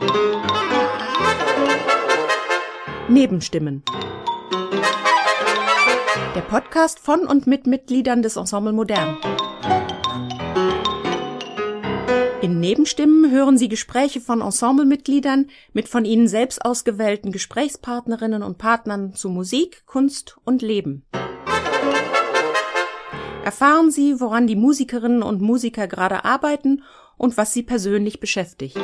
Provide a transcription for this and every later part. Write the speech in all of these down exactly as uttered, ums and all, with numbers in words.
Nebenstimmen. Der Podcast von und mit Mitgliedern des Ensemble Modern. In Nebenstimmen hören Sie Gespräche von Ensemblemitgliedern mit von ihnen selbst ausgewählten Gesprächspartnerinnen und Partnern zu Musik, Kunst und Leben. Erfahren Sie, woran die Musikerinnen und Musiker gerade arbeiten und was sie persönlich beschäftigt.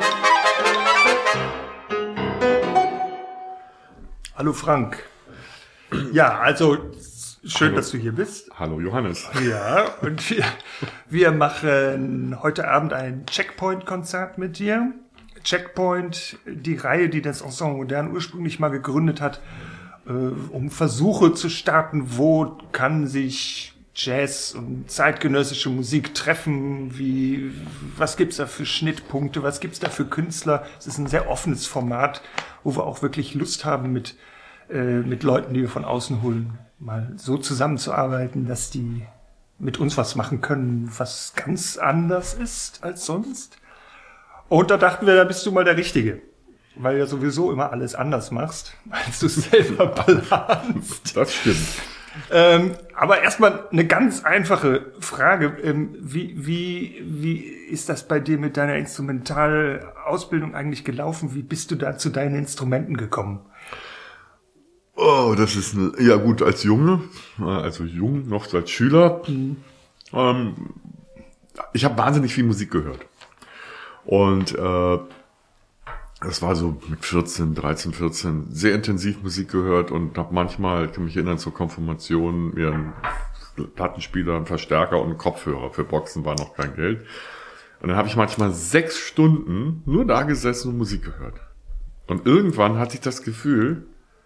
Hallo Frank. Ja, also schön, Hallo. dass du hier bist. Hallo Johannes. Ja, und wir, wir machen heute Abend ein Checkpoint-Konzert mit dir. Checkpoint, die Reihe, die das Ensemble Modern ursprünglich mal gegründet hat, äh, um Versuche zu starten, wo kann sich Jazz und zeitgenössische Musik treffen, wie, was gibt's da für Schnittpunkte, was gibt's da für Künstler. Es ist ein sehr offenes Format, wo wir auch wirklich Lust haben, mit, äh, mit Leuten, die wir von außen holen, mal so zusammenzuarbeiten, dass die mit uns was machen können, was ganz anders ist als sonst. Und da dachten wir, da bist du mal der Richtige, weil du ja sowieso immer alles anders machst, als du es selber planst. Das stimmt. Ähm, aber erstmal eine ganz einfache Frage. Ähm, wie, wie, wie ist das bei dir mit deiner Instrumentalausbildung eigentlich gelaufen? Wie bist du da zu deinen Instrumenten gekommen? Oh, das ist eine, ja gut, als Junge, also jung, noch als Schüler. Mhm. Ähm, ich habe wahnsinnig viel Musik gehört. Und äh, das war so mit vierzehn, dreizehn, vierzehn sehr intensiv Musik gehört und habe manchmal, ich kann mich erinnern, zur Konfirmation mir einen Plattenspieler, einen Verstärker und einen Kopfhörer. Für Boxen war noch kein Geld. Und dann habe ich manchmal sechs Stunden nur da gesessen und Musik gehört. Und irgendwann hatte ich das Gefühl,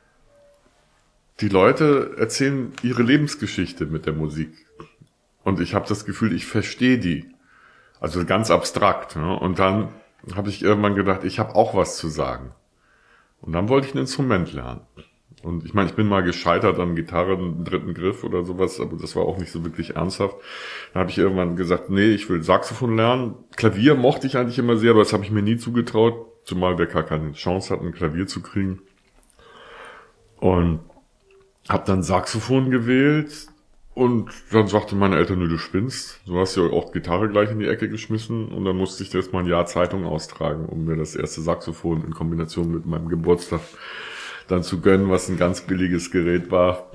die Leute erzählen ihre Lebensgeschichte mit der Musik. Und ich habe das Gefühl, ich verstehe die. Also ganz abstrakt. Ne? Und dann habe ich irgendwann gedacht, ich habe auch was zu sagen. Und dann wollte ich ein Instrument lernen. Und ich meine, ich bin mal gescheitert an Gitarre, einen dritten Griff oder sowas, aber das war auch nicht so wirklich ernsthaft. Dann habe ich irgendwann gesagt, nee, ich will Saxophon lernen. Klavier mochte ich eigentlich immer sehr, aber das habe ich mir nie zugetraut, zumal wir gar keine Chance hatten, ein Klavier zu kriegen. Und habe dann Saxophon gewählt. Und dann sagte meine Eltern, nö, du spinnst. Du hast ja auch Gitarre gleich in die Ecke geschmissen. Und dann musste ich erst mal ein Jahr Zeitung austragen, um mir das erste Saxophon in Kombination mit meinem Geburtstag dann zu gönnen, was ein ganz billiges Gerät war.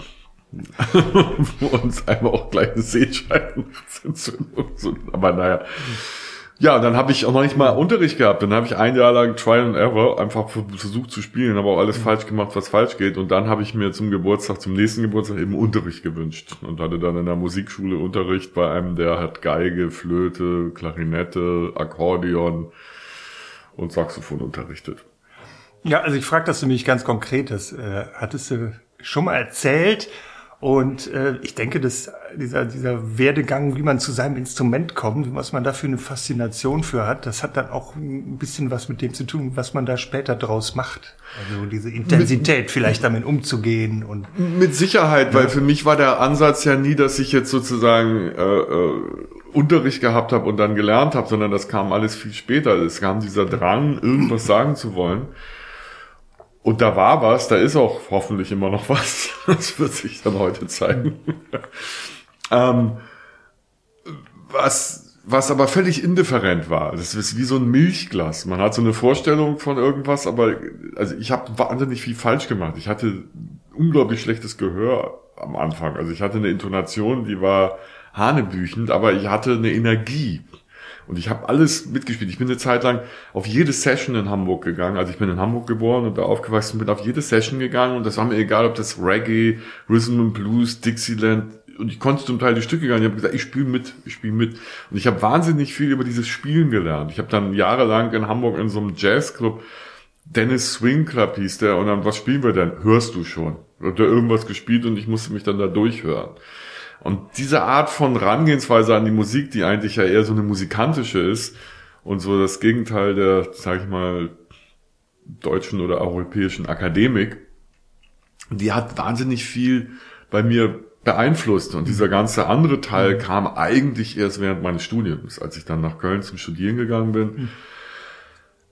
Wo uns einmal auch gleich eine Sehscheidenentzündung. Aber naja. Ja, dann habe ich auch noch nicht mal Unterricht gehabt. Dann habe ich ein Jahr lang Trial and Error einfach versucht zu spielen, aber auch alles falsch gemacht, was falsch geht. Und dann habe ich mir zum Geburtstag, zum nächsten Geburtstag eben Unterricht gewünscht. Und hatte dann in der Musikschule Unterricht bei einem, der hat Geige, Flöte, Klarinette, Akkordeon und Saxophon unterrichtet. Ja, also ich frage das nämlich ganz konkret. Das äh, hattest du schon mal erzählt. Und äh, ich denke, dass dieser dieser Werdegang, wie man zu seinem Instrument kommt, was man da für eine Faszination für hat, das hat dann auch ein bisschen was mit dem zu tun, was man da später draus macht. Also diese Intensität, mit, vielleicht damit umzugehen. Und mit Sicherheit, ja. Weil für mich war der Ansatz ja nie, dass ich jetzt sozusagen äh, äh, Unterricht gehabt habe und dann gelernt habe, sondern das kam alles viel später. Es kam dieser Drang, irgendwas sagen zu wollen. Und da war was, da ist auch hoffentlich immer noch was. Das wird sich dann heute zeigen. ähm, was, was aber völlig indifferent war. Das ist wie so ein Milchglas. Man hat so eine Vorstellung von irgendwas, aber also ich habe wahnsinnig viel falsch gemacht. Ich hatte unglaublich schlechtes Gehör am Anfang. Also ich hatte eine Intonation, die war hanebüchend, aber ich hatte eine Energie. Und ich habe alles mitgespielt. Ich bin eine Zeit lang auf jede Session in Hamburg gegangen. Also ich bin in Hamburg geboren und da aufgewachsen, bin auf jede Session gegangen. Und das war mir egal, ob das Reggae, Rhythm and Blues, Dixieland. Und ich konnte zum Teil die Stücke gar nicht. Ich habe gesagt, ich spiele mit, ich spiele mit. Und ich habe wahnsinnig viel über dieses Spielen gelernt. Ich habe dann jahrelang in Hamburg in so einem Jazzclub, Dennis Swing Club hieß der. Und dann, was spielen wir denn? Hörst du schon? Hat der irgendwas gespielt und ich musste mich dann da durchhören. Und diese Art von Herangehensweise an die Musik, die eigentlich ja eher so eine musikantische ist und so das Gegenteil der, sag ich mal, deutschen oder europäischen Akademik, die hat wahnsinnig viel bei mir beeinflusst. Und dieser ganze andere Teil kam eigentlich erst während meines Studiums, als ich dann nach Köln zum Studieren gegangen bin.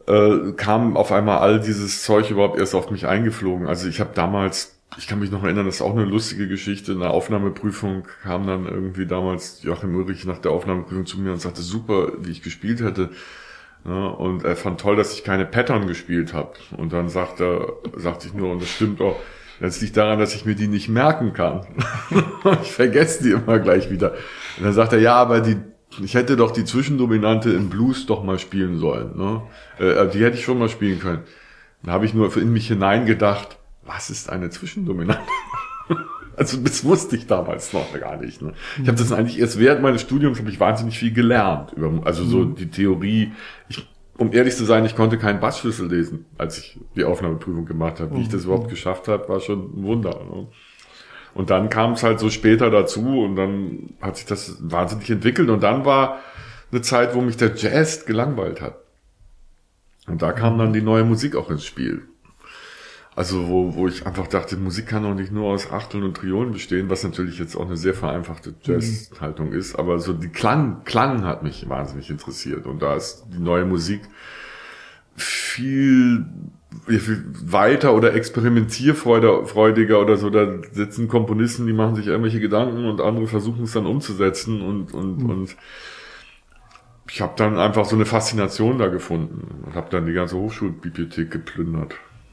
äh, kam auf einmal all dieses Zeug überhaupt erst auf mich eingeflogen. Also ich habe damals, ich kann mich noch erinnern, das ist auch eine lustige Geschichte, in der Aufnahmeprüfung kam dann irgendwie damals Joachim Ulrich nach der Aufnahmeprüfung zu mir und sagte, super, wie ich gespielt hätte. Ja, und er fand toll, dass ich keine Pattern gespielt habe. Und dann sagt er, sagte ich nur, und das stimmt auch, das liegt daran, dass ich mir die nicht merken kann. Ich vergesse die immer gleich wieder. Und dann sagt er, ja, aber die, ich hätte doch die Zwischendominante im Blues doch mal spielen sollen. Ne? Äh, die hätte ich schon mal spielen können. Dann habe ich nur in mich hineingedacht, was ist eine Zwischendominante? Also das wusste ich damals noch gar nicht. Ne? Ich habe das eigentlich erst während meines Studiums habe ich wahnsinnig viel gelernt über, also so die Theorie. Ich, um ehrlich zu sein, ich konnte keinen Bassschlüssel lesen, als ich die Aufnahmeprüfung gemacht habe. Wie ich das überhaupt geschafft habe, war schon ein Wunder. Ne? Und dann kam es halt so später dazu und dann hat sich das wahnsinnig entwickelt und dann war eine Zeit, wo mich der Jazz gelangweilt hat. Und da kam dann die neue Musik auch ins Spiel. Also wo wo ich einfach dachte, Musik kann doch nicht nur aus Achteln und Triolen bestehen, was natürlich jetzt auch eine sehr vereinfachte Jazz-Haltung ist, aber so die Klang, Klang hat mich wahnsinnig interessiert und da ist die neue Musik viel, viel weiter oder experimentierfreudiger oder so. Da sitzen Komponisten, die machen sich irgendwelche Gedanken und andere versuchen es dann umzusetzen und und mhm. und ich habe dann einfach so eine Faszination da gefunden und habe dann die ganze Hochschulbibliothek geplündert.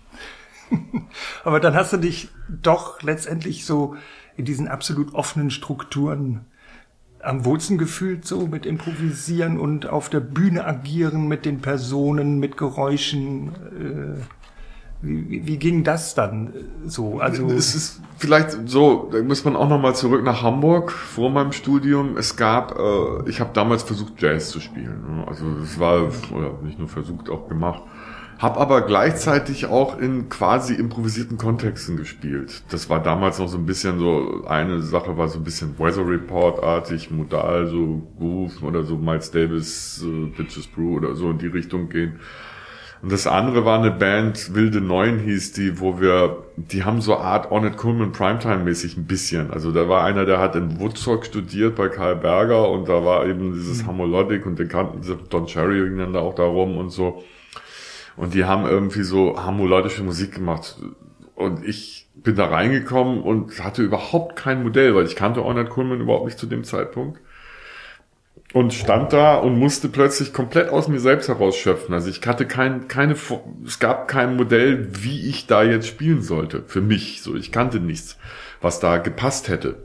Aber dann hast du dich doch letztendlich so in diesen absolut offenen Strukturen am wohlsten gefühlt, so mit Improvisieren und auf der Bühne agieren, mit den Personen, mit Geräuschen. Äh, wie, wie ging das dann so? Also es ist vielleicht so, da muss man auch nochmal zurück nach Hamburg vor meinem Studium. Es gab, äh, ich habe damals versucht, Jazz zu spielen. Also es war, oder nicht nur versucht, auch gemacht. Hab aber gleichzeitig auch in quasi improvisierten Kontexten gespielt. Das war damals noch so ein bisschen so, eine Sache war so ein bisschen Weather Report-artig, modal, so Groove oder so Miles Davis, äh, Bitches Brew oder so in die Richtung gehen. Und das andere war eine Band, Wilde Neuen hieß die, wo wir, die haben so Art Ornette Coleman Primetime-mäßig ein bisschen. Also da war einer, der hat in Woodstock studiert bei Karl Berger und da war eben dieses Harmolodic und den kannten, Don Cherry ging dann da auch da rum und so. Und die haben irgendwie so harmolodische Musik gemacht. Und ich bin da reingekommen und hatte überhaupt kein Modell, weil ich kannte Ornette Coleman überhaupt nicht zu dem Zeitpunkt. Und stand da und musste plötzlich komplett aus mir selbst herausschöpfen. Also ich hatte kein, keine, es gab kein Modell, wie ich da jetzt spielen sollte. Für mich. So, ich kannte nichts, was da gepasst hätte.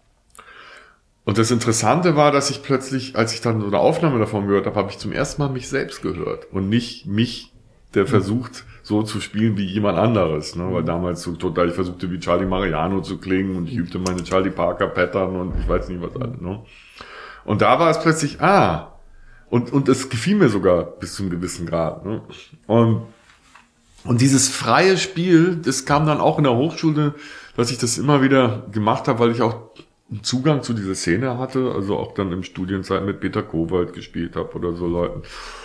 Und das Interessante war, dass ich plötzlich, als ich dann so eine Aufnahme davon gehört habe, habe ich zum ersten Mal mich selbst gehört. Und nicht mich, der versucht, so zu spielen wie jemand anderes, ne? Weil damals so total, ich versuchte wie Charlie Mariano zu klingen und ich übte meine Charlie Parker Pattern und ich weiß nicht was alles, ne? Und da war es plötzlich, ah, und, und es gefiel mir sogar bis zu einem gewissen Grad, ne? Und, und dieses freie Spiel, das kam dann auch in der Hochschule, dass ich das immer wieder gemacht habe, weil ich auch einen Zugang zu dieser Szene hatte, also auch dann im Studienzeit mit Peter Kowald gespielt habe oder so Leuten.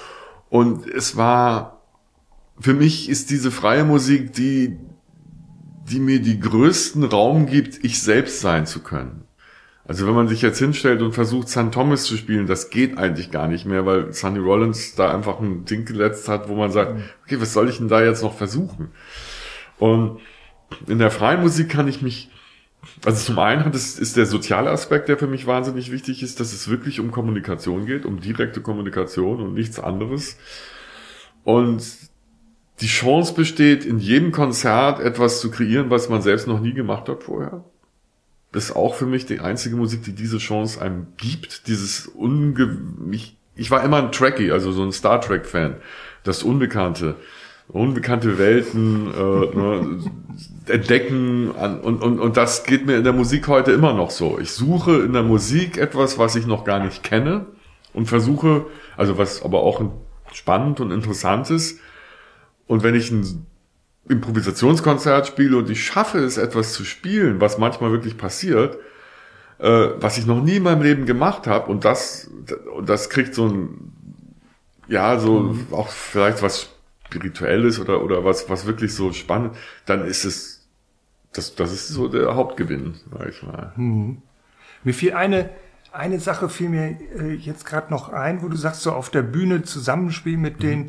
Und es war, für mich ist diese freie Musik die, die mir die größten Raum gibt, ich selbst sein zu können. Also wenn man sich jetzt hinstellt und versucht, Son Thomas zu spielen, das geht eigentlich gar nicht mehr, weil Sonny Rollins da einfach ein Ding gesetzt hat, wo man sagt, okay, was soll ich denn da jetzt noch versuchen? Und in der freien Musik kann ich mich, also zum einen das ist der soziale Aspekt, der für mich wahnsinnig wichtig ist, dass es wirklich um Kommunikation geht, um direkte Kommunikation und nichts anderes. Und die Chance besteht, in jedem Konzert etwas zu kreieren, was man selbst noch nie gemacht hat vorher. Das ist auch für mich die einzige Musik, die diese Chance einem gibt. Dieses Unge... Ich, ich war immer ein Trekkie, also so ein Star Trek-Fan. Das Unbekannte. Unbekannte Welten äh, ne, entdecken. An, und, und, und das geht mir in der Musik heute immer noch so. Ich suche in der Musik etwas, was ich noch gar nicht kenne und versuche, also was aber auch spannend und interessant ist. Und wenn ich ein Improvisationskonzert spiele und ich schaffe es, etwas zu spielen, was manchmal wirklich passiert, äh, was ich noch nie in meinem Leben gemacht habe, und das, und das kriegt so ein, ja, so mhm. auch vielleicht was Spirituelles oder oder was was wirklich so spannend, dann ist es, das das ist so der Hauptgewinn, sag ich mal. Mhm. Mir fiel eine Eine Sache fiel mir äh, jetzt gerade noch ein, wo du sagst, so auf der Bühne zusammenspielen mit mhm. den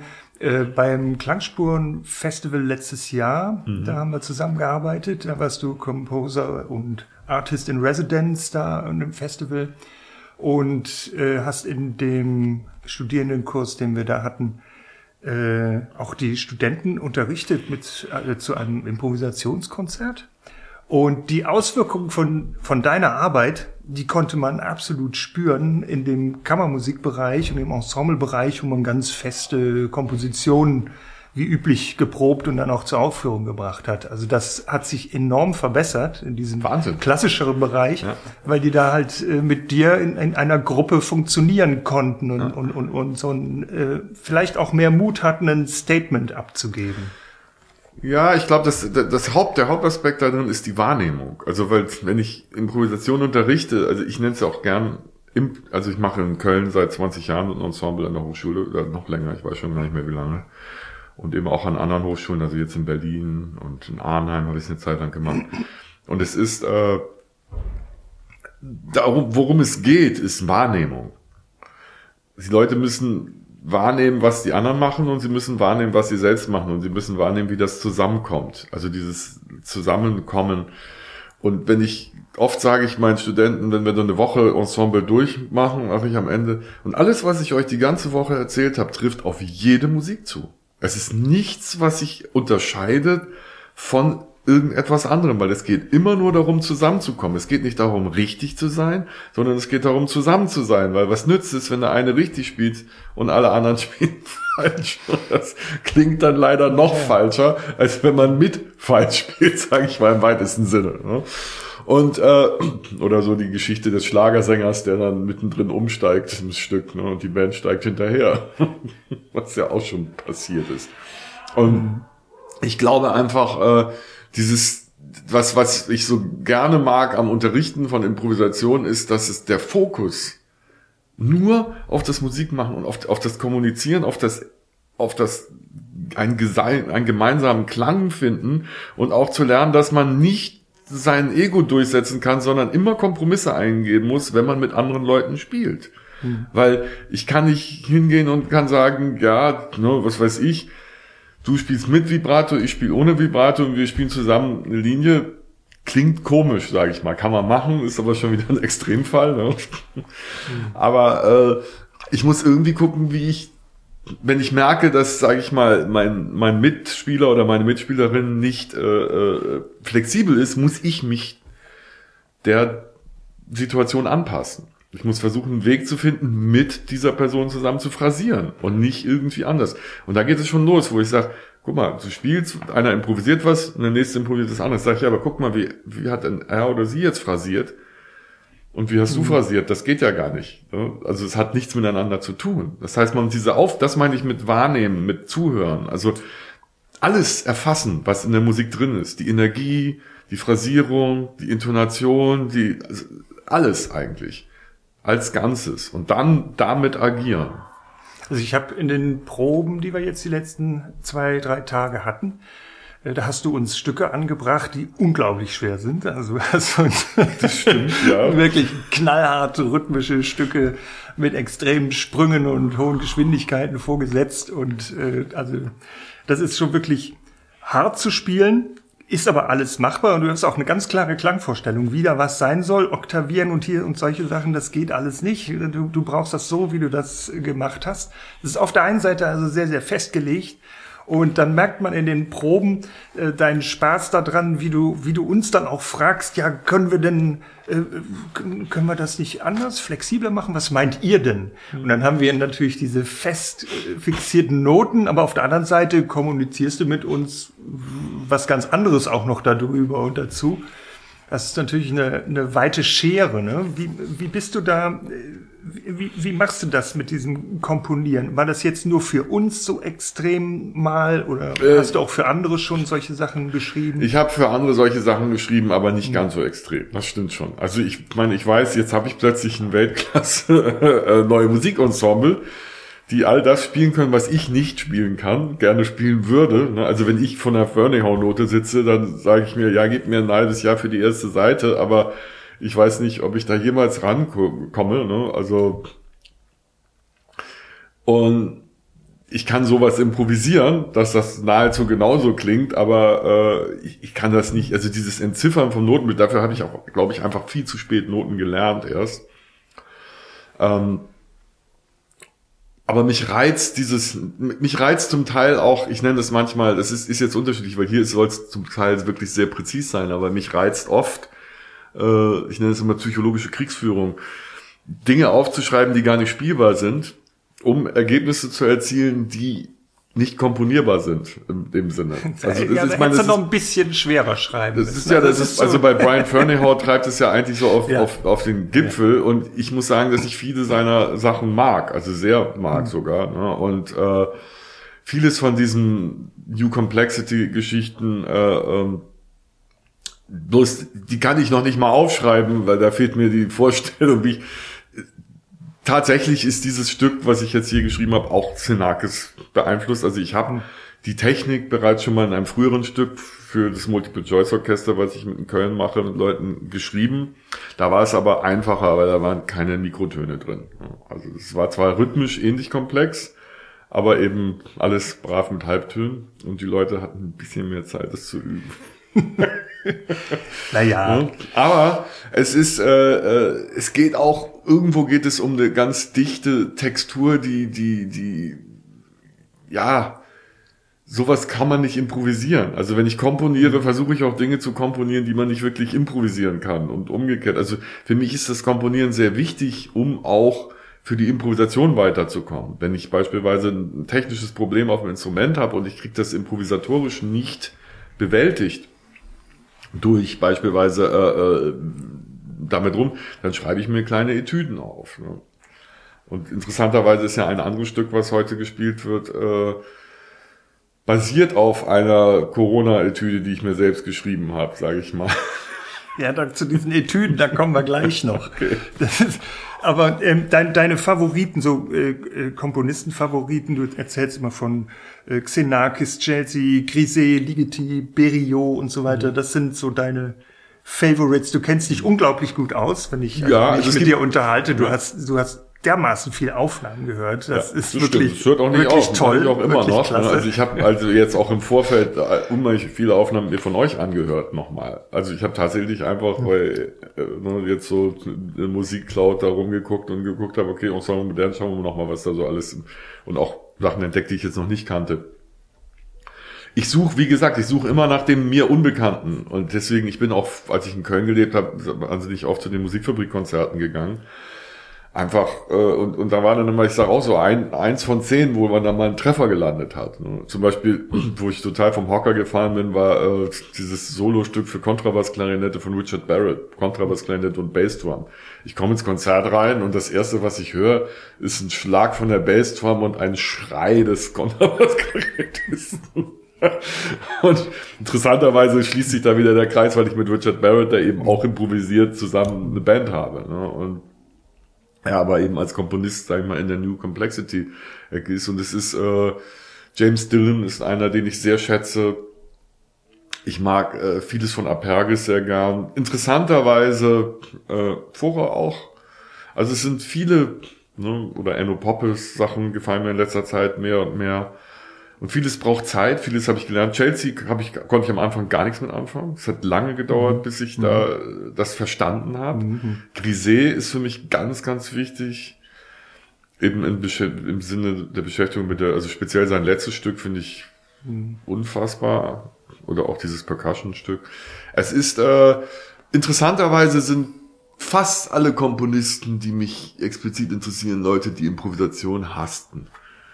äh, beim Klangspuren-Festival letztes Jahr, mhm. da haben wir zusammengearbeitet. Da warst du Composer und Artist in Residence da an dem Festival und äh, hast in dem Studierendenkurs, den wir da hatten, äh, auch die Studenten unterrichtet mit äh, zu einem Improvisationskonzert. Und die Auswirkungen von von deiner Arbeit, die konnte man absolut spüren in dem Kammermusikbereich und im Ensemblebereich, wo man ganz feste Kompositionen wie üblich geprobt und dann auch zur Aufführung gebracht hat. Also das hat sich enorm verbessert in diesem Wahnsinn. klassischeren Bereich, ja. weil die da halt äh, mit dir in, in einer Gruppe funktionieren konnten und, ja. und, und, und so ein, äh, vielleicht auch mehr Mut hatten, ein Statement abzugeben. Ja, ich glaube, das, das Haupt, der Hauptaspekt darin ist die Wahrnehmung. Also, weil, wenn ich Improvisation unterrichte, also ich nenne es ja auch gern, also ich mache in Köln seit zwanzig Jahren ein Ensemble an der Hochschule, oder noch länger, ich weiß schon gar nicht mehr wie lange. Und eben auch an anderen Hochschulen, also jetzt in Berlin und in Arnheim habe ich es eine Zeit lang gemacht. Und es ist, äh, darum, worum es geht, ist Wahrnehmung. Die Leute müssen wahrnehmen, was die anderen machen und sie müssen wahrnehmen, was sie selbst machen und sie müssen wahrnehmen, wie das zusammenkommt. Also dieses Zusammenkommen. Und wenn ich, oft sage ich meinen Studenten, wenn wir so eine Woche Ensemble durchmachen, mache ich am Ende, und alles, was ich euch die ganze Woche erzählt habe, trifft auf jede Musik zu. Es ist nichts, was sich unterscheidet von irgendetwas anderem, weil es geht immer nur darum, zusammenzukommen. Es geht nicht darum, richtig zu sein, sondern es geht darum, zusammen zu sein, weil was nützt es, wenn der eine richtig spielt und alle anderen spielen falsch? Das klingt dann leider noch falscher, als wenn man mit falsch spielt, sage ich mal im weitesten Sinne. Und äh, oder so die Geschichte des Schlagersängers, der dann mittendrin umsteigt im Stück, ne, und die Band steigt hinterher, was ja auch schon passiert ist. Und ich glaube einfach, äh, dieses, was was ich so gerne mag am Unterrichten von Improvisation ist, dass es der Fokus nur auf das Musikmachen und auf auf das Kommunizieren, auf das auf das ein, einen gemeinsamen Klang finden und auch zu lernen, dass man nicht sein Ego durchsetzen kann, sondern immer Kompromisse eingehen muss, wenn man mit anderen Leuten spielt. Hm. Weil ich kann nicht hingehen und kann sagen, ja, ne, was weiß ich, du spielst mit Vibrato, ich spiele ohne Vibrato und wir spielen zusammen eine Linie. Klingt komisch, sage ich mal. Kann man machen, ist aber schon wieder ein Extremfall. Ne? Hm. Aber äh, ich muss irgendwie gucken, wie ich, wenn ich merke, dass, sage ich mal, mein mein Mitspieler oder meine Mitspielerin nicht äh, äh, flexibel ist, muss ich mich der Situation anpassen. Ich muss versuchen, einen Weg zu finden, mit dieser Person zusammen zu phrasieren und nicht irgendwie anders. Und da geht es schon los, wo ich sage, guck mal, du spielst, einer improvisiert was und der nächste improvisiert das anders. Sag ich, ja, aber guck mal, wie wie hat denn er oder sie jetzt phrasiert? Und wie hast du phrasiert? Das geht ja gar nicht. Also es hat nichts miteinander zu tun. Das heißt, man diese Auf, das meine ich mit Wahrnehmen, mit Zuhören. Also alles erfassen, was in der Musik drin ist. Die Energie, die Phrasierung, die Intonation, die, also alles eigentlich. Als Ganzes. Und dann damit agieren. Also ich habe in den Proben, die wir jetzt die letzten zwei, drei Tage hatten, da hast du uns Stücke angebracht, die unglaublich schwer sind. Also hast du uns das stimmt, ja. wirklich knallharte, rhythmische Stücke mit extremen Sprüngen und hohen Geschwindigkeiten vorgesetzt. Und äh, also das ist schon wirklich hart zu spielen, ist aber alles machbar. Und du hast auch eine ganz klare Klangvorstellung, wie da was sein soll. Oktavieren und hier und solche Sachen, das geht alles nicht. Du, du brauchst das so, wie du das gemacht hast. Das ist auf der einen Seite also sehr, sehr festgelegt. Und dann merkt man in den Proben äh, deinen Spaß daran, wie du wie du uns dann auch fragst, ja, können wir denn, äh, können wir das nicht anders, flexibler machen? Was meint ihr denn? Und dann haben wir natürlich diese fest äh, fixierten Noten, aber auf der anderen Seite kommunizierst du mit uns was ganz anderes auch noch darüber und dazu. Das ist natürlich eine, eine weite Schere, ne? Wie, wie bist du da, wie, wie machst du das mit diesem Komponieren? War das jetzt nur für uns so extrem mal oder äh, hast du auch für andere schon solche Sachen geschrieben? Ich habe für andere solche Sachen geschrieben, aber nicht mhm. ganz so extrem. Das stimmt schon. Also ich meine, ich weiß, jetzt habe ich plötzlich ein Weltklasse neue Musikensemble, die all das spielen können, was ich nicht spielen kann, gerne spielen würde. Also wenn ich von der Wörningau-Note sitze, dann sage ich mir, ja, gib mir ein halbes Jahr für die erste Seite, aber ich weiß nicht, ob ich da jemals rankomme. Also und ich kann sowas improvisieren, dass das nahezu genauso klingt, aber äh, ich, ich kann das nicht, also dieses Entziffern vom Notenbild, dafür habe ich auch, glaube ich, einfach viel zu spät Noten gelernt erst. Ähm, aber mich reizt dieses, mich reizt zum Teil auch, ich nenne das manchmal, das ist, ist jetzt unterschiedlich, weil hier soll es zum Teil wirklich sehr präzis sein, aber mich reizt oft, äh, ich nenne es immer psychologische Kriegsführung, Dinge aufzuschreiben, die gar nicht spielbar sind, um Ergebnisse zu erzielen, die nicht komponierbar sind, in dem Sinne. Also das ja, ist meine, das noch ein bisschen schwerer schreiben. Das ist ja, das, das ist, so. Also bei Brian Ferneyhough treibt es ja eigentlich so auf, ja. auf, auf den Gipfel, ja. Und ich muss sagen, dass ich viele seiner Sachen mag, also sehr mag mhm. sogar, ne? Und, äh, vieles von diesen New Complexity Geschichten, äh, ähm, bloß, die kann ich noch nicht mal aufschreiben, weil da fehlt mir die Vorstellung, wie ich, tatsächlich ist dieses Stück, was ich jetzt hier geschrieben habe, auch Xenakis beeinflusst. Also ich habe die Technik bereits schon mal in einem früheren Stück für das Multiple-Choice-Orchester, was ich in Köln mache, mit Leuten geschrieben. Da war es aber einfacher, weil da waren keine Mikrotöne drin. Also es war zwar rhythmisch ähnlich komplex, aber eben alles brav mit Halbtönen. Und die Leute hatten ein bisschen mehr Zeit, das zu üben. Naja. Ja, aber es ist, äh, äh, es geht auch, irgendwo geht es um eine ganz dichte Textur, die, die, die, ja, sowas kann man nicht improvisieren. Also wenn ich komponiere, versuche ich auch Dinge zu komponieren, die man nicht wirklich improvisieren kann und umgekehrt. Also für mich ist das Komponieren sehr wichtig, um auch für die Improvisation weiterzukommen. Wenn ich beispielsweise ein technisches Problem auf dem Instrument habe und ich kriege das improvisatorisch nicht bewältigt, durch beispielsweise äh, äh, damit rum, dann schreibe ich mir kleine Etüden auf. Ne? Und interessanterweise ist ja ein anderes Stück, was heute gespielt wird, äh, basiert auf einer Corona-Etüde, die ich mir selbst geschrieben habe, sage ich mal. Ja, da, zu diesen Etüden, da kommen wir gleich noch. Okay. Das ist, aber ähm, dein, deine Favoriten, so äh, Komponistenfavoriten, du erzählst immer von äh, Xenakis, Chelsea, Griset, Ligeti, Berriot und so weiter. Mhm. Das sind so deine Favorites. Du kennst dich unglaublich gut aus, wenn ich ja, also mich mit dir unterhalte. Du hast, du hast dermaßen viel Aufnahmen gehört. Das ja, ist das wirklich, das hört auch nicht wirklich auf. toll. Ich auch immer noch. Klasse. Also ich habe also jetzt auch im Vorfeld unheimlich viele Aufnahmen mir von euch angehört nochmal. Also ich habe tatsächlich einfach, ja. weil äh, jetzt so in Musikcloud da rumgeguckt und geguckt habe, okay, Ensemble Modern, schauen wir nochmal, was da so alles und auch Sachen entdeckt, die ich jetzt noch nicht kannte. Ich suche, wie gesagt, ich suche immer nach dem mir Unbekannten und deswegen, ich bin auch, als ich in Köln gelebt habe, wahnsinnig oft zu den Musikfabrikkonzerten gegangen. Einfach, äh, und, und da war dann immer, ich sag auch so, ein, eins von zehn, wo man dann mal einen Treffer gelandet hat. Ne? Zum Beispiel, wo ich total vom Hocker gefallen bin, war äh, dieses Solostück für Kontrabassklarinette von Richard Barrett, Kontrabassklarinette und Bassdrum. Ich komme ins Konzert rein und das erste, was ich höre, ist ein Schlag von der Bassdrum und ein Schrei des Kontrabassklarinettisten. Und interessanterweise schließt sich da wieder der Kreis, weil ich mit Richard Barrett da eben auch improvisiert zusammen eine Band habe. Ne? Und ja, aber eben als Komponist, sag ich mal, in der New Complexity ist. Und es ist, äh, James Dillon ist einer, den ich sehr schätze. Ich mag äh, vieles von Apergis sehr gern. Interessanterweise äh, Fora auch. Also es sind viele, ne, oder Enno Poppes Sachen gefallen mir in letzter Zeit mehr und mehr. Und vieles braucht Zeit, vieles habe ich gelernt. Chelsea hab ich, konnte ich am Anfang gar nichts mit anfangen. Es hat lange gedauert, mhm. bis ich mhm. da das verstanden habe. Mhm. Griset ist für mich ganz, ganz wichtig. Eben im, im Sinne der Beschäftigung mit der, also speziell sein letztes Stück finde ich mhm. unfassbar. Oder auch dieses Percussion-Stück. Es ist, äh, interessanterweise sind fast alle Komponisten, die mich explizit interessieren, Leute, die Improvisation hassten.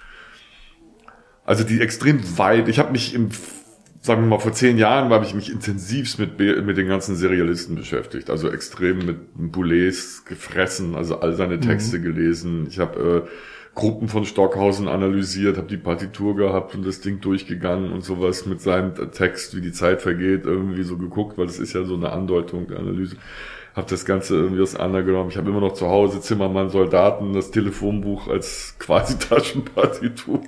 Also die extrem weit, ich habe mich im, sagen wir mal, vor zehn Jahren habe ich mich intensivst mit, mit den ganzen Serialisten beschäftigt. Also extrem mit Boulez gefressen, also all seine Texte mhm. gelesen. Ich habe äh, Gruppen von Stockhausen analysiert, habe die Partitur gehabt und das Ding durchgegangen und sowas mit seinem Text, wie die Zeit vergeht, irgendwie so geguckt, weil das ist ja so eine Andeutung der Analyse. Habe das Ganze irgendwie auseinandergenommen. Ich habe immer noch zu Hause Zimmermann, Soldaten, das Telefonbuch als quasi Taschenpartitur.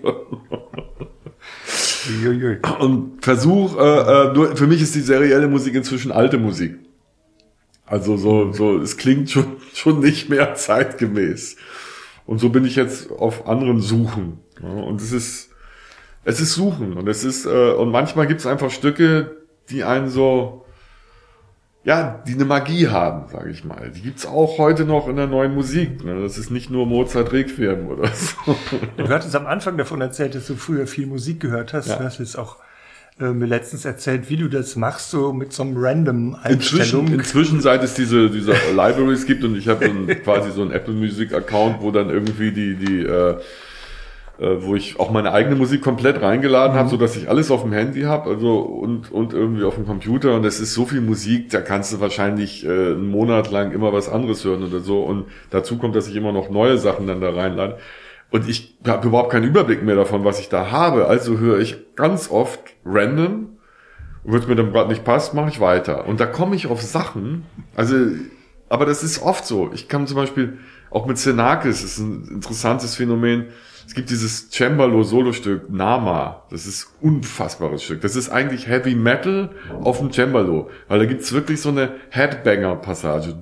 Und Versuch, äh, nur für mich ist die serielle Musik inzwischen alte Musik. Also so, so, es klingt schon, schon nicht mehr zeitgemäß. Und so bin ich jetzt auf anderen Suchen Ja, und es ist, es ist Suchen und es ist, äh, und manchmal gibt es einfach Stücke, die einen so, ja, die eine Magie haben, sage ich mal. Die gibt's auch heute noch in der neuen Musik. Ne? Das ist nicht nur Mozart Requiem oder so. Du hattest am Anfang davon erzählt, dass du früher viel Musik gehört hast. Ja. Du hast jetzt auch äh, mir letztens erzählt, wie du das machst, so mit so einem random Einstellung. Inzwischen, inzwischen seit es diese, diese Libraries gibt und ich habe dann quasi so einen Apple Music Account, wo dann irgendwie die, die, äh, wo ich auch meine eigene Musik komplett reingeladen mhm. habe, so dass ich alles auf dem Handy habe, also und und irgendwie auf dem Computer und es ist so viel Musik, da kannst du wahrscheinlich äh, einen Monat lang immer was anderes hören oder so und dazu kommt, dass ich immer noch neue Sachen dann da reinlade und ich habe überhaupt keinen Überblick mehr davon, was ich da habe, also höre ich ganz oft random, wenn es mir dann gerade nicht passt, mache ich weiter und da komme ich auf Sachen, also aber das ist oft so, ich kann zum Beispiel auch mit Xenakis, das ist ein interessantes Phänomen. Es gibt dieses Cembalo-Solo-Stück Nama. Das ist ein unfassbares Stück. Das ist eigentlich Heavy Metal auf dem Cembalo. Weil da gibt's wirklich so eine Headbanger-Passage.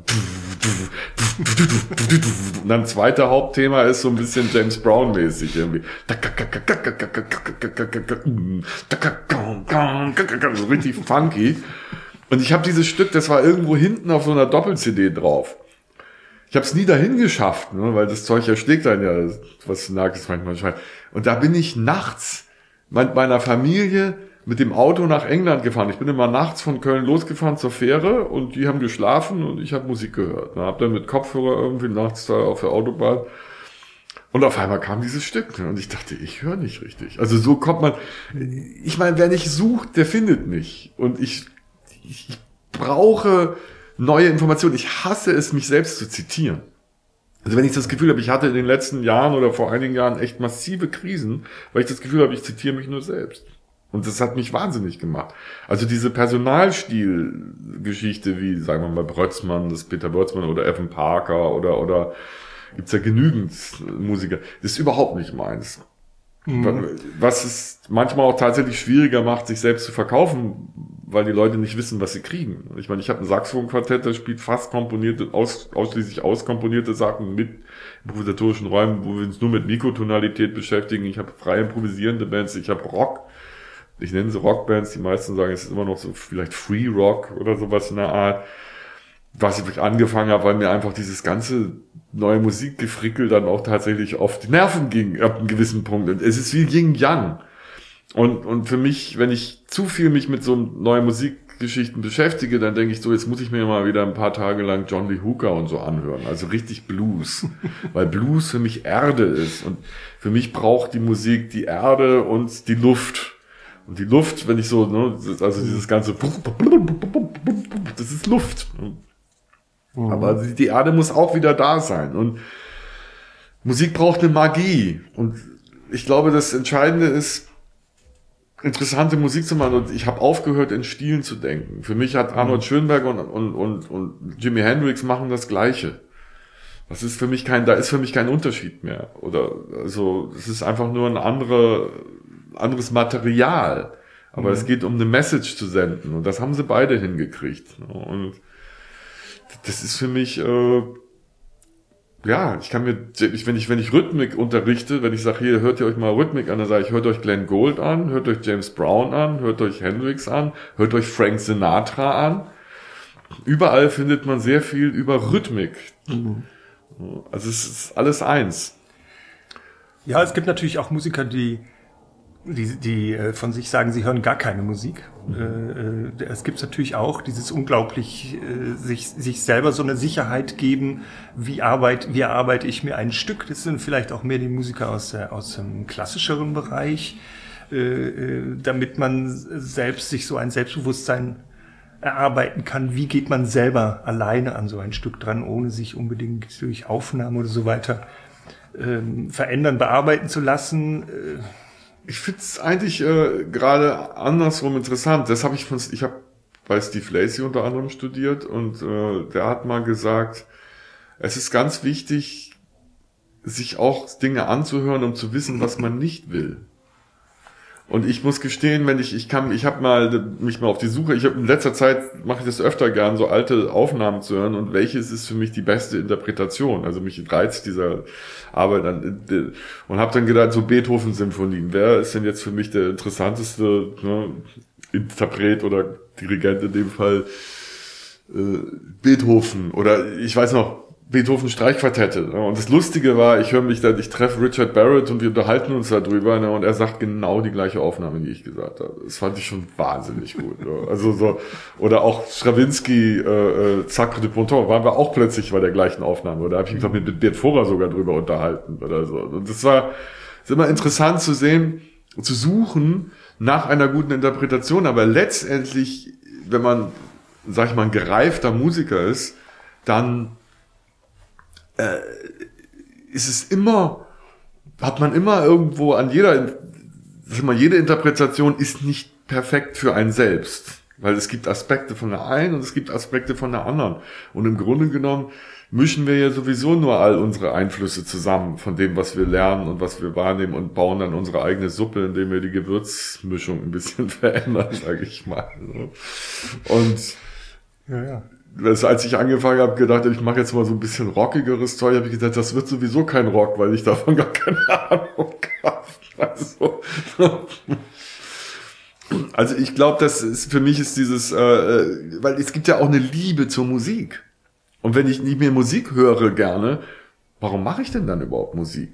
Und dann zweite Hauptthema ist so ein bisschen James Brown-mäßig irgendwie. So richtig funky. Und ich habe dieses Stück, das war irgendwo hinten auf so einer Doppel-C D drauf. Ich habe es nie dahin geschafft, ne, weil das Zeug erschlägt einen ja, was Xenakis manchmal schreibt. Und da bin ich nachts mit meiner Familie mit dem Auto nach England gefahren. Ich bin immer nachts von Köln losgefahren zur Fähre und die haben geschlafen und ich habe Musik gehört. Ne, hab dann mit Kopfhörer irgendwie nachts da auf der Autobahn und auf einmal kam dieses Stück ne, und ich dachte, ich höre nicht richtig. Also so kommt man, ich meine, wer nicht sucht, der findet nicht. Und ich, ich, ich brauche neue Informationen. Ich hasse es, mich selbst zu zitieren. Also wenn ich das Gefühl habe, ich hatte in den letzten Jahren oder vor einigen Jahren echt massive Krisen, weil ich das Gefühl habe, ich zitiere mich nur selbst. Und das hat mich wahnsinnig gemacht. Also diese Personalstil-Geschichte wie, sagen wir mal, Brötzmann, das Peter Brötzmann oder Evan Parker oder, oder gibt's ja genügend Musiker. Das ist überhaupt nicht meins. Mhm. Was es manchmal auch tatsächlich schwieriger macht, sich selbst zu verkaufen, weil die Leute nicht wissen, was sie kriegen. Ich meine, ich habe ein Saxophon-Quartett, das spielt fast komponierte, aus, ausschließlich auskomponierte Sachen mit improvisatorischen Räumen, wo wir uns nur mit Mikrotonalität beschäftigen. Ich habe frei improvisierende Bands, ich habe Rock. Ich nenne sie Rockbands, die meisten sagen, es ist immer noch so vielleicht Free Rock oder sowas in der Art. Was ich angefangen habe, weil mir einfach dieses ganze neue Musikgefrickel dann auch tatsächlich auf die Nerven ging, ab einem gewissen Punkt. Und es ist wie Yin-Yang. Und, und für mich, wenn ich zu viel mich mit so neuen Musikgeschichten beschäftige, dann denke ich so, jetzt muss ich mir mal wieder ein paar Tage lang John Lee Hooker und so anhören. Also richtig Blues. Weil Blues für mich Erde ist. Und für mich braucht die Musik die Erde und die Luft. Und die Luft, wenn ich so, ne, also dieses ganze, das ist Luft. Mhm. Aber die Erde muss auch wieder da sein. Und Musik braucht eine Magie. Und ich glaube, das Entscheidende ist, interessante Musik zu machen. Und ich habe aufgehört, in Stilen zu denken. Für mich hat Arnold Schönberg und, und, und, und Jimi Hendrix machen das Gleiche. Das ist für mich kein, da ist für mich kein Unterschied mehr. Oder, also, es ist einfach nur ein andere, anderes Material. Aber mhm. es geht um eine Message zu senden. Und das haben sie beide hingekriegt. Und das ist für mich, äh, ja, ich kann mir, wenn ich, wenn ich Rhythmik unterrichte, wenn ich sage, hier, hört ihr euch mal Rhythmik an, dann sage ich, hört euch Glenn Gould an, hört euch James Brown an, hört euch Hendrix an, hört euch Frank Sinatra an. Überall findet man sehr viel über Rhythmik. Mhm. Also es ist alles eins. Ja, es gibt natürlich auch Musiker, die die, die äh, von sich sagen, sie hören gar keine Musik. Mhm. Äh, es gibt natürlich auch dieses unglaublich, äh, sich, sich selber so eine Sicherheit geben, wie, arbeit, wie arbeite ich mir ein Stück. Das sind vielleicht auch mehr die Musiker aus, der, aus dem klassischeren Bereich, äh, äh, damit man selbst sich so ein Selbstbewusstsein erarbeiten kann. Wie geht man selber alleine an so ein Stück dran, ohne sich unbedingt durch Aufnahmen oder so weiter äh, verändern, bearbeiten zu lassen. Äh, Ich finde es eigentlich äh, gerade andersrum interessant. Das habe ich von, ich habe bei Steve Lacy unter anderem studiert und äh, der hat mal gesagt, es ist ganz wichtig, sich auch Dinge anzuhören, um zu wissen, was man nicht will. Und ich muss gestehen, wenn ich, ich kann, ich habe mal mich mal auf die Suche, ich habe in letzter Zeit, mache ich das öfter gern, so alte Aufnahmen zu hören und welches ist für mich die beste Interpretation. Also mich reizt dieser Arbeit an und habe dann gedacht, so Beethoven-Symphonien, wer ist denn jetzt für mich der interessanteste, ne, Interpret oder Dirigent in dem Fall? Äh, Beethoven oder ich weiß noch, Beethoven Streichquartette. Ne? Und das Lustige war, ich höre mich da, ich treffe Richard Barrett und wir unterhalten uns darüber, ne? Und er sagt genau die gleiche Aufnahme, die ich gesagt habe. Das fand ich schon wahnsinnig gut. Ne? Also so, oder auch Stravinsky, äh, äh, Sacre de Ponton, waren wir auch plötzlich bei der gleichen Aufnahme. Oder habe ich mich mit, mit Bert Vorer sogar drüber unterhalten oder so. Und das war, ist immer interessant zu sehen, zu suchen nach einer guten Interpretation, aber letztendlich, wenn man, sag ich mal, ein gereifter Musiker ist, dann äh, ist es immer, hat man immer irgendwo an jeder, sag mal, jede Interpretation ist nicht perfekt für einen selbst, weil es gibt Aspekte von der einen und es gibt Aspekte von der anderen. Und im Grunde genommen mischen wir ja sowieso nur all unsere Einflüsse zusammen von dem, was wir lernen und was wir wahrnehmen und bauen dann unsere eigene Suppe, indem wir die Gewürzmischung ein bisschen verändern, sage ich mal. Und ja, ja. Das, als ich angefangen habe, gedacht, ich mache jetzt mal so ein bisschen rockigeres Zeug, habe ich gedacht, das wird sowieso kein Rock, weil ich davon gar keine Ahnung habe. Also, also ich glaube, das ist für mich ist dieses, äh, weil es gibt ja auch eine Liebe zur Musik. Und wenn ich nicht mehr Musik höre gerne, warum mache ich denn dann überhaupt Musik?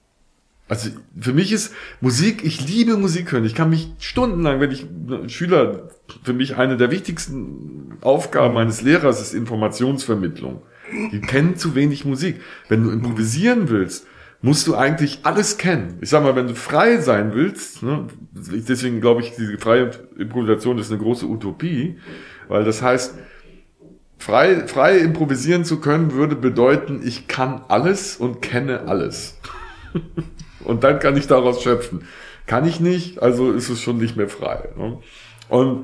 Also für mich ist Musik, ich liebe Musik hören. Ich kann mich stundenlang, wenn ich Schüler, für mich eine der wichtigsten Aufgaben meines Lehrers ist Informationsvermittlung. Die kennen zu wenig Musik. Wenn du improvisieren willst, musst du eigentlich alles kennen. Ich sag mal, wenn du frei sein willst, ne, deswegen glaube ich, diese freie Improvisation ist eine große Utopie, weil das heißt, frei, frei improvisieren zu können, würde bedeuten, ich kann alles und kenne alles. Und dann kann ich daraus schöpfen. Kann ich nicht, also ist es schon nicht mehr frei. Ne? Und,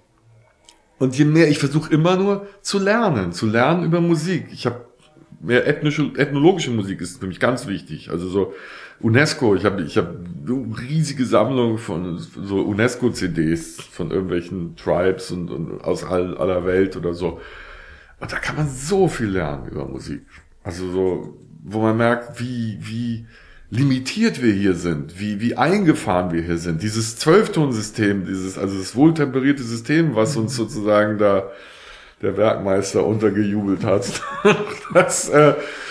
und je mehr, ich versuche immer nur zu lernen, zu lernen über Musik. Ich habe mehr ethnische, ethnologische Musik ist für mich ganz wichtig. Also so UNESCO, ich habe ich hab eine riesige Sammlung von so UNESCO-C Ds von irgendwelchen Tribes und, und aus all, aller Welt oder so. Und da kann man so viel lernen über Musik. Also so, wo man merkt, wie, wie limitiert wir hier sind, wie, wie eingefahren wir hier sind. Dieses Zwölftonsystem, dieses, also das wohltemperierte System, was uns sozusagen da der Werkmeister untergejubelt hat. Das, äh,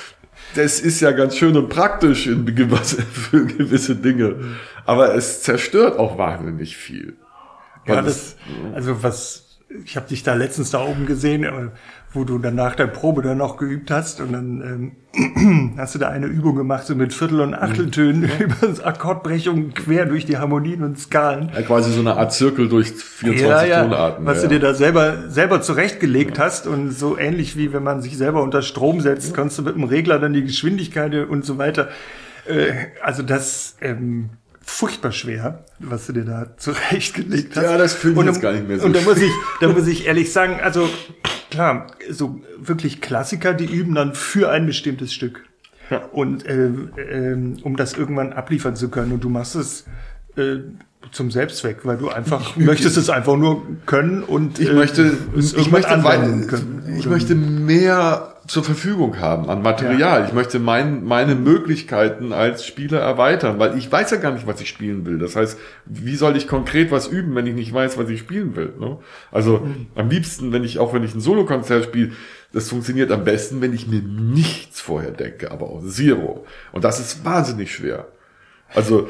das ist ja ganz schön und praktisch in gewisse, für gewisse Dinge. Aber es zerstört auch wahnsinnig viel. Ja, das, also was, ich habe dich da letztens da oben gesehen, wo du dann nach der Probe dann noch geübt hast und dann ähm, hast du da eine Übung gemacht, so mit Viertel- und Achteltönen mhm. über Akkordbrechungen quer durch die Harmonien und Skalen. Ja, quasi so eine Art Zirkel durch vierundzwanzig ja, ja, Tonarten. Was ja. du dir da selber selber zurechtgelegt ja. hast und so ähnlich wie wenn man sich selber unter Strom setzt, ja. kannst du mit dem Regler dann die Geschwindigkeit und so weiter. Äh, also das ähm, furchtbar schwer, was du dir da zurechtgelegt hast. Ja, das finde ich jetzt gar nicht mehr so. Und da muss ich, da muss ich ehrlich sagen, also klar, so wirklich Klassiker, die üben dann für ein bestimmtes Stück. Ja. Und äh, äh, um das irgendwann abliefern zu können. Und du machst es äh, zum Selbstzweck, weil du einfach möchtest es einfach nur können und ich äh, möchte, ich möchte, anwenden können. Ich möchte mehr zur Verfügung haben an Material. Ja. Ich möchte mein, meine Möglichkeiten als Spieler erweitern, weil ich weiß ja gar nicht, was ich spielen will. Das heißt, wie soll ich konkret was üben, wenn ich nicht weiß, was ich spielen will? Ne? Also mhm. am liebsten, wenn ich auch wenn ich ein Solokonzert spiele, das funktioniert am besten, wenn ich mir nichts vorher denke, aber auch Zero. Und das ist wahnsinnig schwer. Also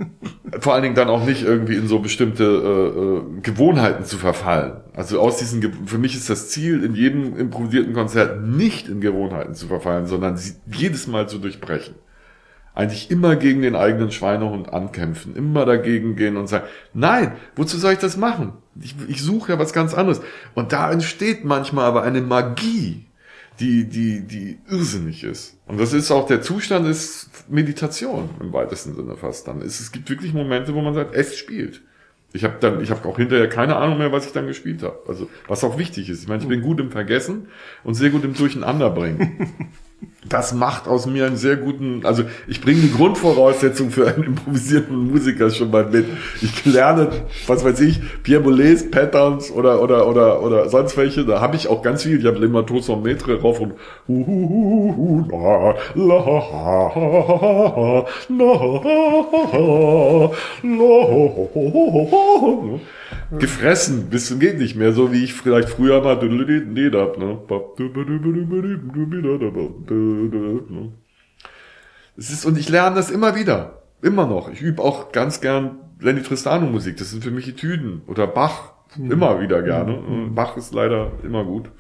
vor allen Dingen dann auch nicht irgendwie in so bestimmte äh, Gewohnheiten zu verfallen. Also aus diesen, Ge- für mich ist das Ziel, in jedem improvisierten Konzert nicht in Gewohnheiten zu verfallen, sondern sie jedes Mal zu durchbrechen. Eigentlich immer gegen den eigenen Schweinehund ankämpfen, immer dagegen gehen und sagen, nein, wozu soll ich das machen? Ich, ich suche ja was ganz anderes. Und da entsteht manchmal aber eine Magie, die, die, die irrsinnig ist. Und das ist auch der Zustand ist Meditation im weitesten Sinne fast dann. Es, es gibt wirklich Momente, wo man sagt, es spielt. Ich habe dann, ich habe auch hinterher keine Ahnung mehr, was ich dann gespielt habe. Also was auch wichtig ist. Ich meine, ich bin gut im Vergessen und sehr gut im Durcheinanderbringen. das macht aus mir einen sehr guten, also ich bringe die Grundvoraussetzung für einen improvisierenden Musiker schon mal mit. Ich lerne, was weiß ich, Pierre Boulez, Patterns oder oder oder oder sonst welche. Da habe ich auch ganz viel. Ich habe immer Toson Metre rauf und hu hu hu hu la la la la gefressen, bis zum geht nicht mehr, so wie ich vielleicht früher mal hab, ne? Es ist, und ich lerne das immer wieder, immer noch. Ich übe auch ganz gern Lenny Tristano Musik, das sind für mich Etüden oder Bach, immer wieder gerne. Bach ist leider immer gut.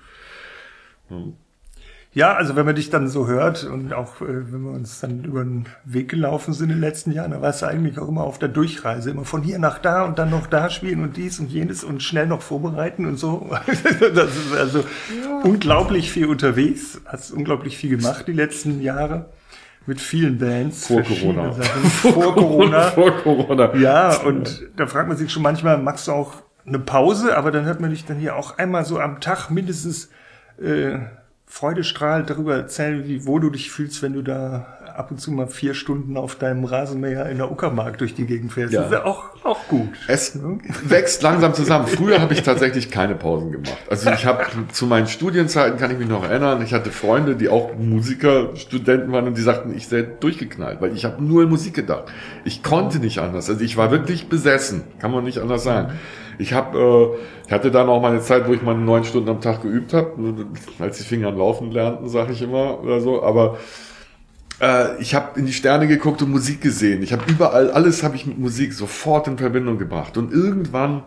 Ja, also wenn man dich dann so hört und auch äh, wenn wir uns dann über den Weg gelaufen sind in den letzten Jahren, da warst du eigentlich auch immer auf der Durchreise, immer von hier nach da und dann noch da spielen und dies und jenes und schnell noch vorbereiten und so. Das ist also ja. unglaublich viel unterwegs, hast unglaublich viel gemacht die letzten Jahre mit vielen Bands. Vor Corona. Vor, vor Corona. Vor Corona. Ja, und da fragt man sich schon manchmal, machst du auch eine Pause, aber dann hört man dich dann hier auch einmal so am Tag mindestens äh, freudestrahlend darüber erzählen, wie wohl du dich fühlst, wenn du da ab und zu mal vier Stunden auf deinem Rasenmäher in der Uckermark durch die Gegend fährst. Ja. Das ist ja auch, auch gut. Es wächst langsam zusammen. Früher habe ich tatsächlich keine Pausen gemacht. Also ich habe zu meinen Studienzeiten, kann ich mich noch erinnern, ich hatte Freunde, die auch Musiker, Studenten waren und die sagten, ich sei durchgeknallt, weil ich habe nur in Musik gedacht. Ich konnte nicht anders. Also ich war wirklich besessen, kann man nicht anders sagen. Ich habe, äh, ich hatte dann auch mal eine Zeit, wo ich mal neun Stunden am Tag geübt habe, als die Finger an Laufen lernten, sage ich immer oder so. Aber äh, ich habe in die Sterne geguckt und Musik gesehen. Ich habe überall, alles habe ich mit Musik sofort in Verbindung gebracht. Und irgendwann,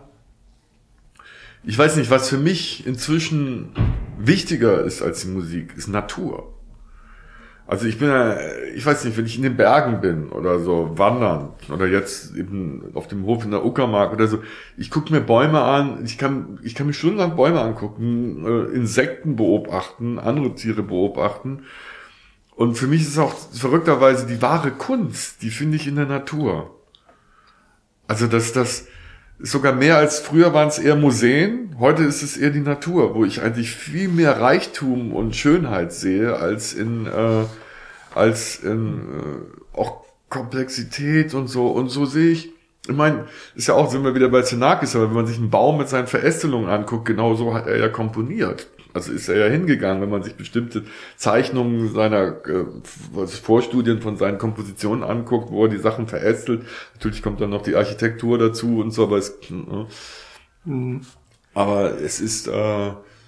ich weiß nicht, was für mich inzwischen wichtiger ist als die Musik, ist Natur. Also ich bin ja, ich weiß nicht, wenn ich in den Bergen bin oder so, wandern oder jetzt eben auf dem Hof in der Uckermark oder so, ich gucke mir Bäume an, ich kann ich kann mir stundenlang Bäume angucken, äh, Insekten beobachten, andere Tiere beobachten. Und für mich ist es auch verrückterweise die wahre Kunst, die finde ich in der Natur. Also das, das ist sogar mehr als früher waren es eher Museen, heute ist es eher die Natur, wo ich eigentlich viel mehr Reichtum und Schönheit sehe als in äh, als in äh, auch Komplexität und so. Und so sehe ich, ich meine, ist ja auch, sind wir wieder bei Xenakis, aber wenn man sich einen Baum mit seinen Verästelungen anguckt, genau so hat er ja komponiert. Also ist er ja hingegangen, wenn man sich bestimmte Zeichnungen seiner äh, Vorstudien von seinen Kompositionen anguckt, wo er die Sachen verästelt. Natürlich kommt dann noch die Architektur dazu und so, aber es, äh, mhm. aber es ist äh,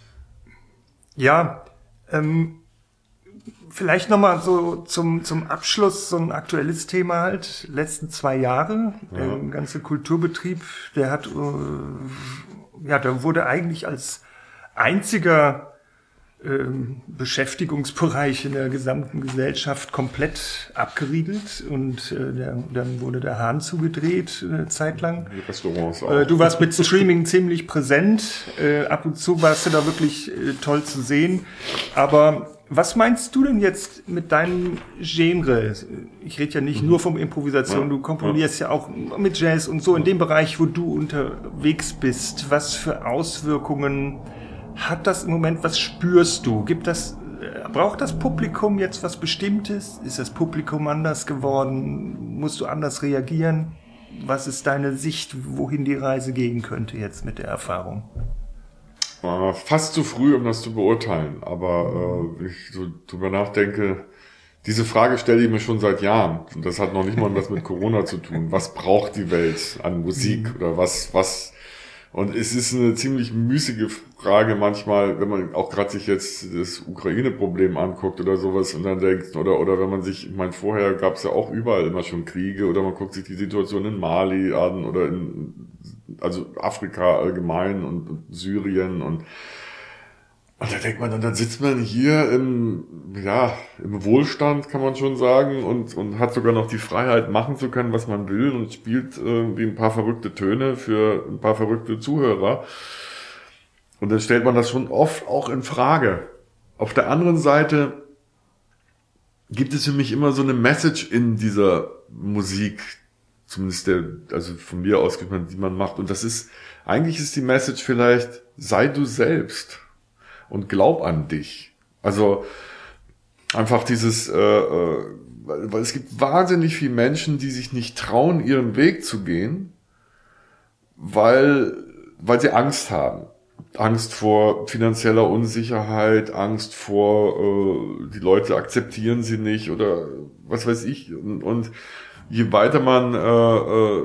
ja ähm, vielleicht nochmal so zum zum Abschluss so ein aktuelles Thema halt. Letzten zwei Jahre, ja. Der ganze Kulturbetrieb, der hat äh, ja, der wurde eigentlich als einziger ähm, Beschäftigungsbereich in der gesamten Gesellschaft komplett abgeriegelt und äh, der, dann wurde der Hahn zugedreht eine Zeit lang. Die Restaurants auch. Äh, du warst mit Streaming ziemlich präsent, äh, ab und zu warst du da wirklich äh, toll zu sehen, aber was meinst du denn jetzt mit deinem Genre? Ich rede ja nicht mhm. nur vom Improvisation, ja. Du komponierst ja. ja auch mit Jazz und so in dem Bereich, wo du unterwegs bist. Was für Auswirkungen hat das im Moment? Was spürst du? Gibt das, braucht das Publikum jetzt was Bestimmtes? Ist das Publikum anders geworden? Musst du anders reagieren? Was ist deine Sicht, wohin die Reise gehen könnte jetzt mit der Erfahrung? Fast zu früh, um das zu beurteilen, aber äh, ich so drüber nachdenke, diese Frage stelle ich mir schon seit Jahren und das hat noch nicht mal was mit Corona zu tun. Was braucht die Welt an Musik oder was, was, und es ist eine ziemlich müßige Frage manchmal, wenn man auch gerade sich jetzt das Ukraine-Problem anguckt oder sowas und dann denkt, oder oder wenn man sich, ich meine, vorher gab es ja auch überall immer schon Kriege oder man guckt sich die Situation in Mali an oder in also Afrika allgemein und, und Syrien und und da denkt man, und dann sitzt man hier im ja im Wohlstand, kann man schon sagen, und und hat sogar noch die Freiheit, machen zu können, was man will und spielt irgendwie ein paar verrückte Töne für ein paar verrückte Zuhörer. Und dann stellt man das schon oft auch in Frage. Auf der anderen Seite gibt es für mich immer so eine Message in dieser Musik, zumindest der, also von mir aus, die man macht. Und das ist, eigentlich ist die Message vielleicht, sei du selbst und glaub an dich. Also, Einfach dieses, äh, äh, weil, weil es gibt wahnsinnig viele Menschen, die sich nicht trauen, ihren Weg zu gehen, weil, weil sie Angst haben. Angst vor finanzieller Unsicherheit, Angst vor, äh, die Leute akzeptieren sie nicht oder was weiß ich. Und, und je weiter man, äh, äh,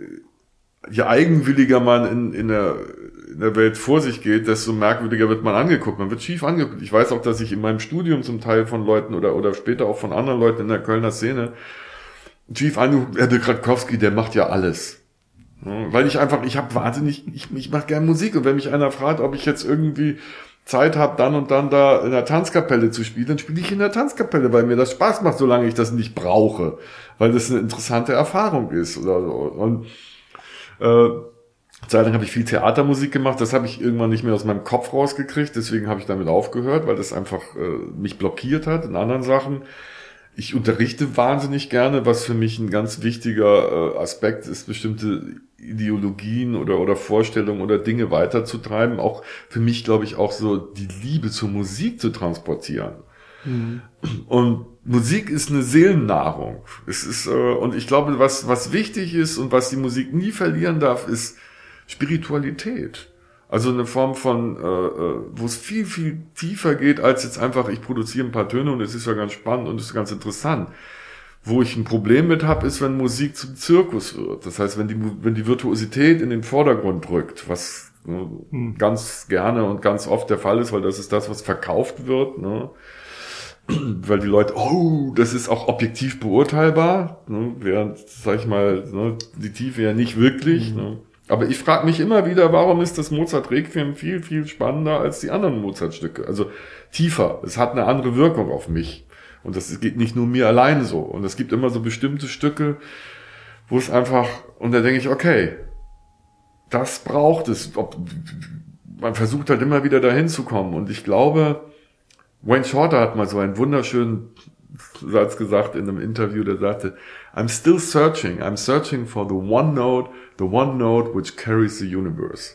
je eigenwilliger man in, in, der, in der Welt vor sich geht, desto merkwürdiger wird man angeguckt. Man wird schief angeguckt. Ich weiß auch, dass ich in meinem Studium zum Teil von Leuten oder, oder später auch von anderen Leuten in der Kölner Szene schief angeguckt, Herr de Kratkowski, der macht ja alles. Weil ich einfach, ich habe wahnsinnig, ich, ich mache gerne Musik und wenn mich einer fragt, ob ich jetzt irgendwie Zeit habe, dann und dann da in der Tanzkapelle zu spielen, dann spiele ich in der Tanzkapelle, weil mir das Spaß macht, solange ich das nicht brauche, weil das eine interessante Erfahrung ist oder so. Und äh, Zeit lang habe ich viel Theatermusik gemacht, das habe ich irgendwann nicht mehr aus meinem Kopf rausgekriegt, deswegen habe ich damit aufgehört, weil das einfach äh, mich blockiert hat in anderen Sachen. Ich unterrichte wahnsinnig gerne, was für mich ein ganz wichtiger äh, Aspekt ist, bestimmte Ideologien oder oder Vorstellungen oder Dinge weiterzutreiben. Auch für mich, glaube ich, auch so die Liebe zur Musik zu transportieren. Mhm. Und Musik ist eine Seelennahrung. Es ist äh, und ich glaube, was was wichtig ist und was die Musik nie verlieren darf, ist Spiritualität. Also eine Form von, äh, wo es viel, viel tiefer geht, als jetzt einfach, ich produziere ein paar Töne und es ist ja ganz spannend und es ist ganz interessant. Wo ich ein Problem mit habe, ist, wenn Musik zum Zirkus wird. Das heißt, wenn die wenn die Virtuosität in den Vordergrund rückt, was ne, hm. ganz gerne und ganz oft der Fall ist, weil das ist das, was verkauft wird, ne? Weil die Leute, oh, das ist auch objektiv beurteilbar, ne? Während, sag ich mal, ne, die Tiefe ja nicht wirklich, hm. ne? Aber ich frage mich immer wieder, warum ist das Mozart-Requiem viel, viel spannender als die anderen Mozart-Stücke? Also tiefer. Es hat eine andere Wirkung auf mich. Und das geht nicht nur mir allein so. Und es gibt immer so bestimmte Stücke, wo es einfach, und da denke ich, okay, das braucht es. Ob, man versucht halt immer wieder dahin zu kommen. Und ich glaube, Wayne Shorter hat mal so einen wunderschönen Satz gesagt in einem Interview, der sagte, I'm still searching, I'm searching for the one note, the one note which carries the universe.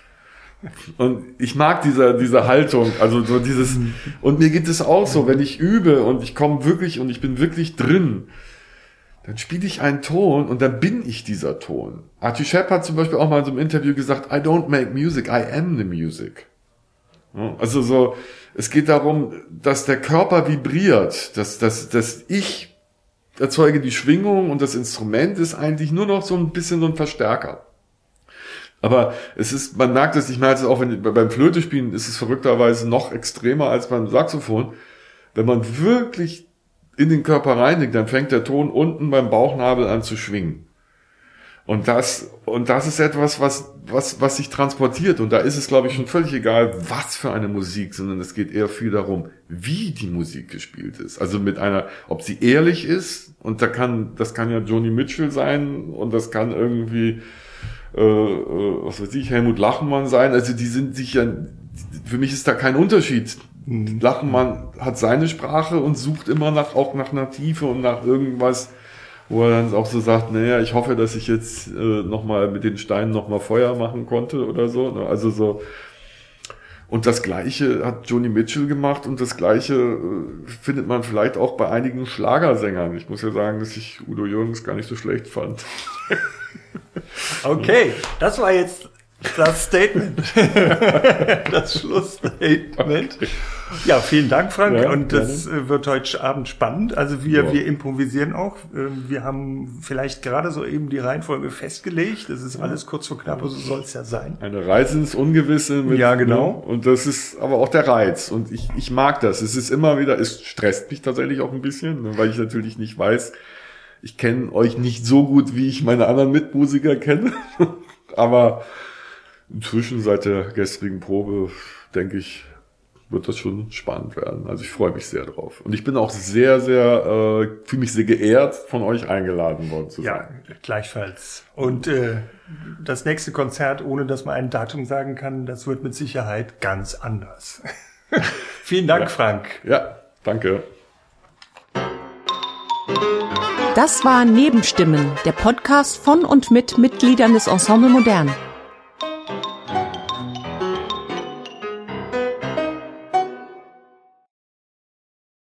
Und ich mag diese, diese Haltung, also so dieses, und mir geht es auch so, wenn ich übe und ich komme wirklich und ich bin wirklich drin, dann spiele ich einen Ton und dann bin ich dieser Ton. Archie Shepp hat zum Beispiel auch mal in so einem Interview gesagt, I don't make music, I am the music. Also so, es geht darum, dass der Körper vibriert, dass, dass, dass ich erzeuge die Schwingung und das Instrument ist eigentlich nur noch so ein bisschen so ein Verstärker. Aber es ist, man merkt es, ich merke es auch, wenn, beim Flötespielen ist es verrückterweise noch extremer als beim Saxophon. Wenn man wirklich in den Körper reinigt, dann fängt der Ton unten beim Bauchnabel an zu schwingen. Und das, und das ist etwas, was, was, was sich transportiert. Und da ist es, glaube ich, schon völlig egal, was für eine Musik, sondern es geht eher viel darum, wie die Musik gespielt ist. Also mit einer, ob sie ehrlich ist, und da kann, das kann ja Joni Mitchell sein, und das kann irgendwie, äh, was weiß ich, Helmut Lachenmann sein. Also die sind sich ja, für mich ist da kein Unterschied. Mhm. Lachenmann hat seine Sprache und sucht immer nach, auch nach einer Tiefe und nach irgendwas, wo er dann auch so sagt, naja, ich hoffe, dass ich jetzt äh, nochmal mit den Steinen nochmal Feuer machen konnte oder so. Ne? Also so. Und das Gleiche hat Joni Mitchell gemacht und das Gleiche äh, findet man vielleicht auch bei einigen Schlagersängern. Ich muss ja sagen, dass ich Udo Jürgens gar nicht so schlecht fand. Okay, das war jetzt das Statement. Das Schlussstatement. Okay. Ja, vielen Dank, Frank. Ja, und das gerne. Wird heute Abend spannend. Also wir, ja. wir improvisieren auch. Wir haben vielleicht gerade so eben die Reihenfolge festgelegt. Das ist alles kurz vor knapp, so soll es ja sein. Eine Reise ins Ungewisse. Mit, ja, genau. Und das ist aber auch der Reiz. Und ich, ich mag das. Es ist immer wieder, es stresst mich tatsächlich auch ein bisschen, weil ich natürlich nicht weiß, ich kenne euch nicht so gut, wie ich meine anderen Mitmusiker kenne. Aber inzwischen seit der gestrigen Probe, denke ich, wird das schon spannend werden. Also ich freue mich sehr drauf. Und ich bin auch sehr, sehr, äh, fühle mich sehr geehrt, von euch eingeladen worden zu sein. Ja, gleichfalls. Und äh, das nächste Konzert, ohne dass man ein Datum sagen kann, das wird mit Sicherheit ganz anders. Vielen Dank, ja. Frank. Ja, danke. Das war Nebenstimmen, der Podcast von und mit Mitgliedern des Ensemble Modern.